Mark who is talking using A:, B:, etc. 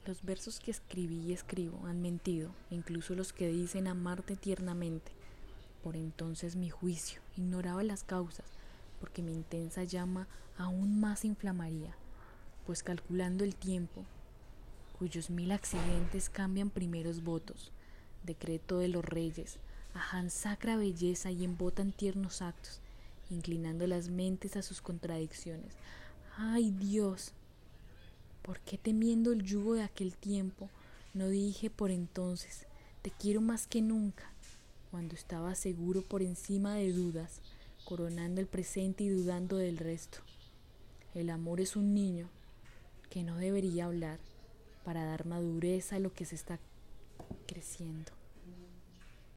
A: Los versos que escribí y escribo han mentido, incluso los que dicen amarte tiernamente. Por entonces mi juicio ignoraba las causas, porque mi intensa llama aún más inflamaría, pues calculando el tiempo, cuyos 1000 accidentes cambian primeros votos, decreto de los reyes, ajan sacra belleza y embotan tiernos actos, inclinando las mentes a sus contradicciones. ¡Ay Dios! ¿Por qué temiendo el yugo de aquel tiempo no dije por entonces, te quiero más que nunca, cuando estaba seguro por encima de dudas, coronando el presente y dudando del resto? El amor es un niño que no debería hablar para dar madurez a lo que se está creciendo.